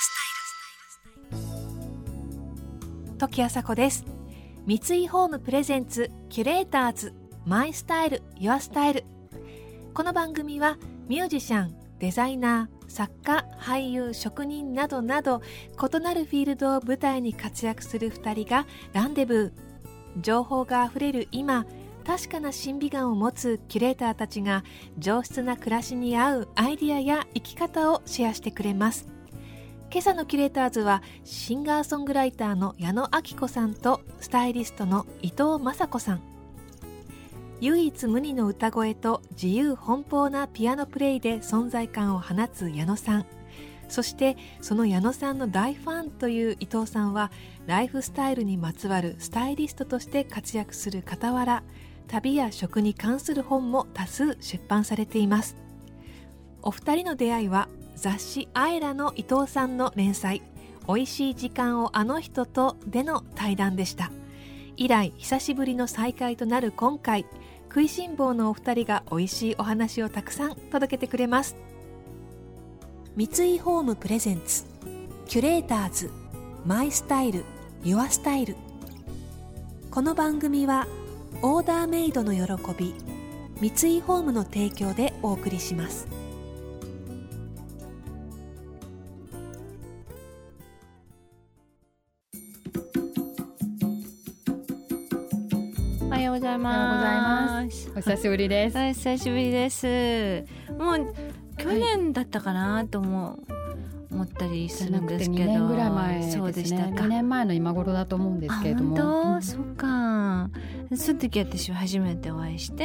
時あさこです。三井ホームプレゼンツキュレーターズマイスタイルユアスタイル。この番組はミュージシャン、デザイナー、作家、俳優、職人などなど異なるフィールドを舞台に活躍する2人がランデブー。情報があふれる今、確かな審美眼を持つキュレーターたちが上質な暮らしに合うアイディアや生き方をシェアしてくれます。今朝のキュレーターズはシンガーソングライターの矢野顕子さんとスタイリストの伊藤雅子さん。唯一無二の歌声と自由奔放なピアノプレイで存在感を放つ矢野さん、そしてその矢野さんの大ファンという伊藤さんはライフスタイルにまつわるスタイリストとして活躍する傍ら、旅や食に関する本も多数出版されています。お二人の出会いは雑誌アエラの伊藤さんの連載おいしい時間をあの人とでの対談でした。以来久しぶりの再会となる今回、食いしん坊のお二人がおいしいお話をたくさん届けてくれます。三井ホームプレゼンツキュレーターズマイスタイルユアスタイル。この番組はオーダーメイドの喜び三井ホームの提供でお送りします。 おはようございます。 お久しぶりです。 お久しぶりです。もう去年だったかなと思ったりするんですけど、 2年ぐらい前ですね。 そうでしたか。 2年前の今頃だと思うんですけれども。 本当、そっか。その時私は初めてお会いして、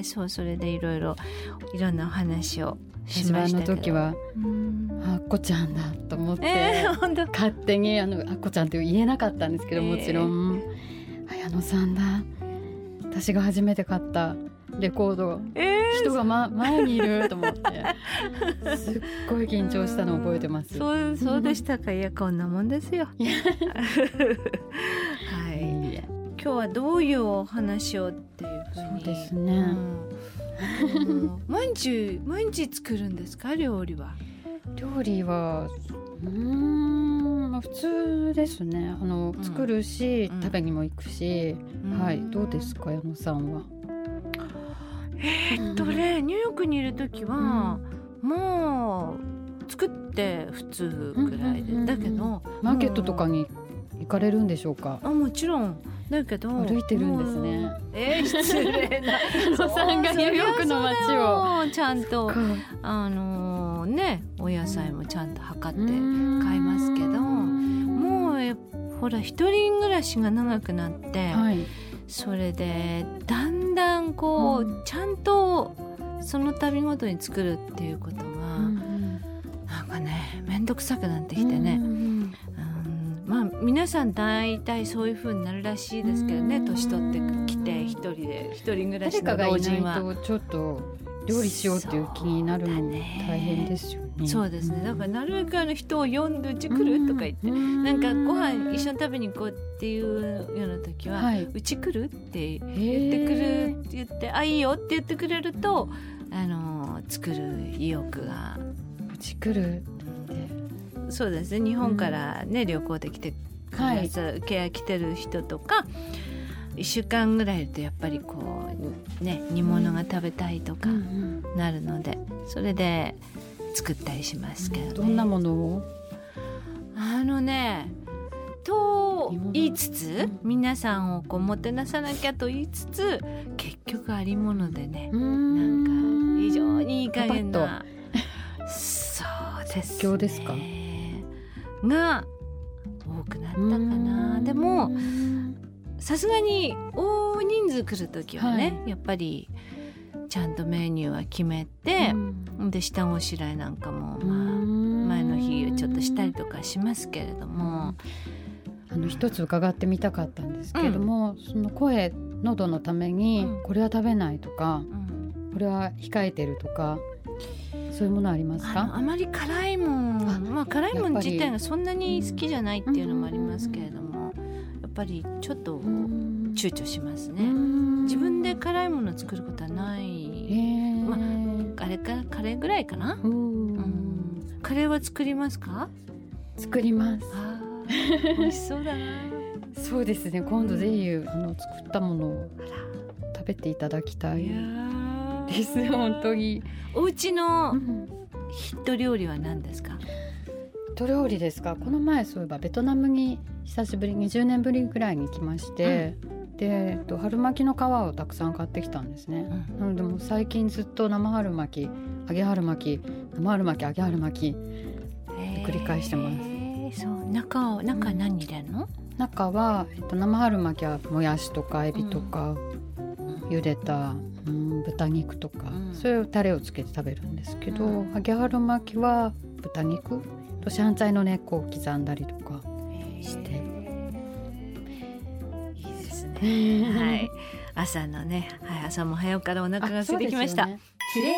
それでいろんなお話をしましたけど、 私はあの時はあっこちゃんだと思って、勝手にあっこちゃんって言えなかったんですけど、もちろん綾野さんだ。私が初めて買ったレコード、人が、前にいると思ってすっごい緊張したのを覚えてます。 そうでしたか。いや、こんなもんですよ。はい、今日はどういうお話をっていうふうに。 そうですね、 毎日作るんですか？料理は普通ですね。作るし、食べにも行くし、はい。どうですか、矢野さんは？ ニューヨークにいる時は、もう作って普通ぐらいで、だけどマーケットとかに行かれるんでしょうか？ もちろんだけど歩いてるんですね。 失礼な矢野さんがニューヨークの街をちゃんとお野菜もちゃんと測って買いますけど、もうほら一人暮らしが長くなって、それでだんだんちゃんとその度ごとに作るっていうことが、なんかね、めんどくさくなってきてね、皆さん大体そういう風になるらしいですけどね、年取ってきて一人暮らしの老人は誰かがいないとちょっと料理しようっていう気になるのも大変ですよね。 そうですね。だからなるべく人を呼んでうち来るとか言って、なんかご飯一緒に食べに行こうっていうような時は、うち来るって言ってくるって言って、いいよって言ってくれると作る意欲が。 うち来るって、 そうですね。日本からね、旅行で来て来てる人とか、1週間ぐらいいるとやっぱり煮物が食べたいとかなるので、それで作ったりしますけどね。 どんなものを？ と言いつつ、皆さんをもてなさなきゃと言いつつ、結局ありものでね、なんか非常にいい加減なそうですね、 今日ですかが多くなったかな。でもさすがに大人数来るときはね、やっぱりちゃんとメニューは決めて、で下ごしらえなんかも前の日ちょっとしたりとかしますけれども、 一つ伺ってみたかったんですけれども、その喉のためにこれは食べないとか、これは控えてるとか、そういうものありますか？ あまり辛いもん、辛いもん自体がそんなに好きじゃないっていうのもありますけれども、やっぱりちょっと躊躇しますね。自分で辛いものを作ることはない、あれからカレーぐらいかな。カレーは作りますか？ 作ります。 美味しそうだな。 そうですね、今度ぜひ作ったものを食べていただきたいです本当に。 お家のヒット料理は何ですか？ ヒット料理ですか。この前そういえばベトナムに久しぶり20年ぶりぐらいに行きまして、で春巻きの皮をたくさん買ってきたんですね、なのでもう最近ずっと生春巻き揚げ春巻き生春巻き揚げ春巻き繰り返してます。 そう中何入れるの？ 中は、生春巻きはもやしとかエビとか、茹でた、豚肉とか、そういうタレをつけて食べるんですけど、揚げ春巻きは豚肉とシャンツァイの根っこを刻んだりとかして、 いいですねはい、朝のね、朝も早くからお腹が空いてきました、ね、キュレー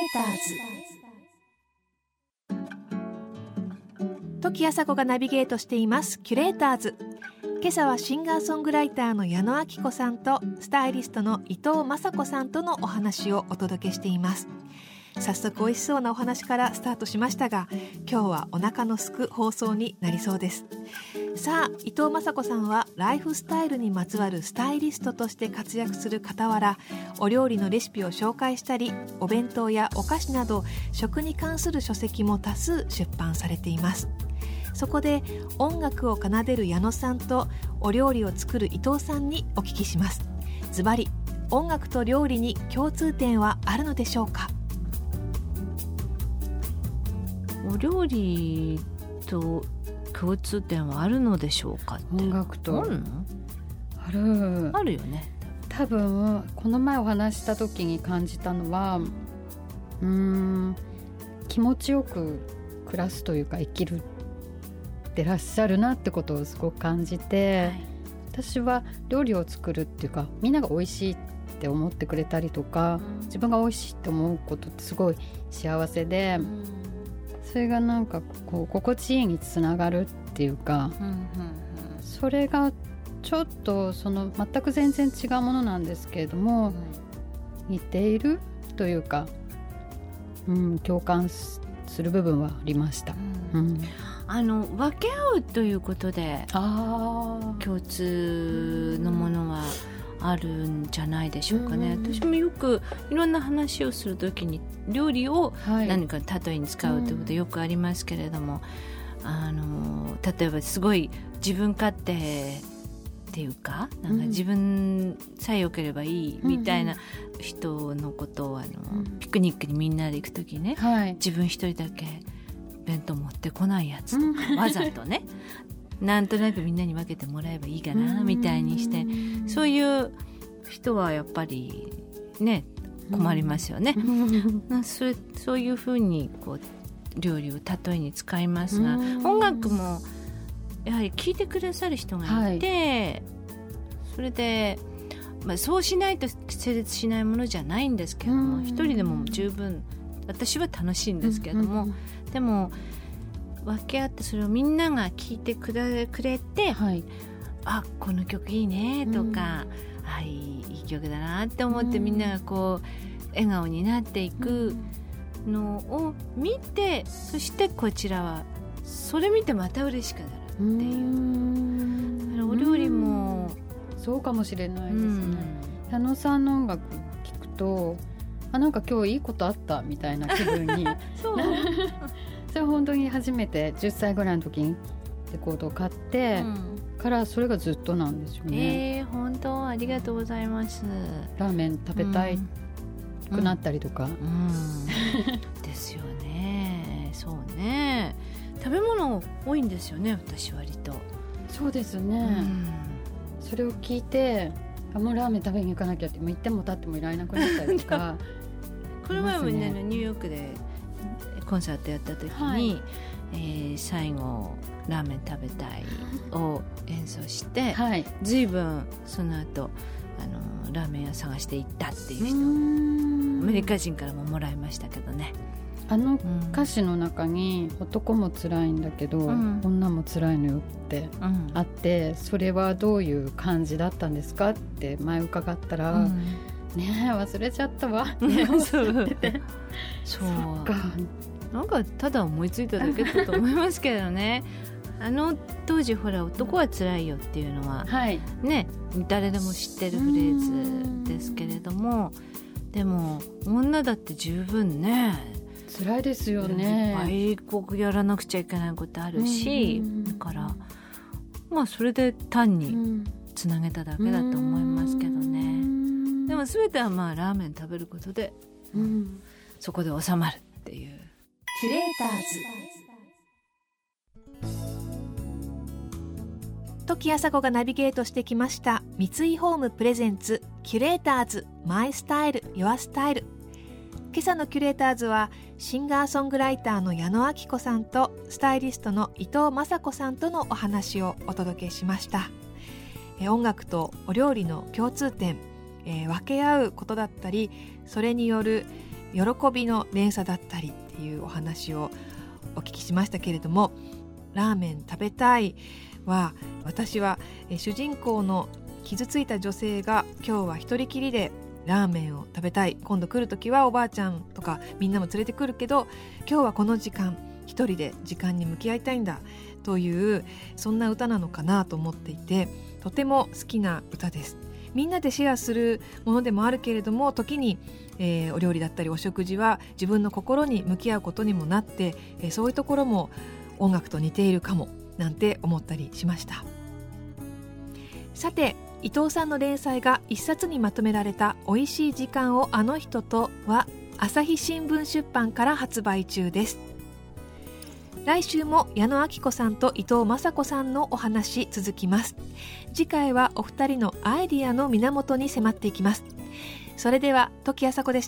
ターズ時朝子がナビゲートしていますキュレーターズ。今朝はシンガーソングライターの矢野顕子さんとスタイリストの伊藤雅子さんとのお話をお届けしています。早速美味しそうなお話からスタートしましたが、今日はお腹のすく放送になりそうです。さあ、伊藤雅子さんはライフスタイルにまつわるスタイリストとして活躍する傍ら、お料理のレシピを紹介したり、お弁当やお菓子など食に関する書籍も多数出版されています。そこで音楽を奏でる矢野さんとお料理を作る伊藤さんにお聞きします。ズバリ、音楽と料理に共通点はあるのでしょうか？ お料理と共通点はあるのでしょうかって。 音楽とあるの？あるよね。 多分この前お話した時に感じたのは、気持ちよく暮らすというか生きるってらっしゃるなってことをすごく感じて、私は料理を作るっていうか、みんなが美味しいって思ってくれたりとか、自分が美味しいって思うことってすごい幸せで、それがなんかこう心地いいにつながるっていうか、それがちょっとその全く全然違うものなんですけれども、似ているというか、共感する部分はありました。 分け合うということで共通のものはあるんじゃないでしょうかね。私もよくいろんな話をするときに料理を何か例えに使うということよくありますけれども、例えばすごい自分勝手っていうか、なんか自分さえ良ければいいみたいな人のことをピクニックにみんなで行くときね、自分一人だけ弁当持ってこないやつとか、わざとねなんとなくみんなに分けてもらえばいいかなみたいにして、そういう人はやっぱりね困りますよね。そういうふうにこう料理を例えに使いますが、音楽もやはり聴いてくださる人がいて、それで、そうしないと成立しないものじゃないんですけども、一人でも十分私は楽しいんですけども、でも分け合ってそれをみんなが聴いてくれて、あ、この曲いいねとか、いい曲だなって思ってみんながこう笑顔になっていくのを見て、そしてこちらはそれ見てまた嬉しくなるっていう。だからお料理もそうかもしれないですね。矢野さんの音楽聴くと、なんか今日いいことあったみたいな気分にそれ本当に初めて10歳ぐらいの時にレコードを買って、からそれがずっとなんですよね。 本当ありがとうございます。 ラーメン食べたいくなったりとか、 ですよね。そうね、食べ物多いんですよね、私割と。 そうですね、それを聞いてもうラーメン食べに行かなきゃって、もう行っても立ってもいられなくなったりとかこの前もね、ニューヨークでコンサートやった時に、最後ラーメン食べたいを演奏して、随分その後ラーメン屋探して行ったっていう人、アメリカ人からももらいましたけどね。 歌詞の中に男も辛いんだけど、女も辛いのよってあって、それはどういう感じだったんですかって前伺ったら、ねえ忘れちゃったわっておっしゃっててそうか、 なんかただ思いついただけだと思いますけどね当時ほら男はつらいよっていうのは、はい、ね、誰でも知ってるフレーズですけれども、でも女だって十分ね辛いですよね。 いっぱいやらなくちゃいけないことあるし、だからまあそれで単につなげただけだと思いますけどね。でも全てはまあラーメン食べることで、そこで収まるっていう。 キュレーターズ時あさこがナビゲートしてきました三井ホームプレゼンツキュレーターズマイスタイルユアスタイル。今朝のキュレーターズはシンガーソングライターの矢野顕子さんとスタイリストの伊藤雅子さんとのお話をお届けしました。音楽とお料理の共通点、分け合うことだったり、それによる喜びの連鎖だったりっていうお話をお聞きしましたけれども、ラーメン食べたいは、私は主人公の傷ついた女性が今日は一人きりでラーメンを食べたい、今度来るときはおばあちゃんとかみんなも連れてくるけど、今日はこの時間一人で時間に向き合いたいんだという、そんな歌なのかなと思っていて、とても好きな歌です。みんなでシェアするものでもあるけれども、時に、お料理だったりお食事は自分の心に向き合うことにもなって、そういうところも音楽と似ているかもなんて思ったりしました。さて、伊藤さんの連載が一冊にまとめられたおいしい時間をあの人とは朝日新聞出版から発売中です。来週も矢野顕子さんと伊藤雅子さんのお話続きます。次回はお二人のアイディアの源に迫っていきます。それでは時あさこでした。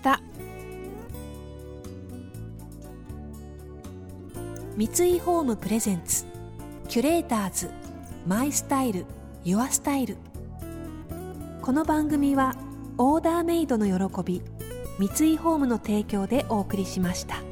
三井ホームプレゼンツキュレーターズマイスタイルユアスタイル。この番組はオーダーメイドの喜び三井ホームの提供でお送りしました。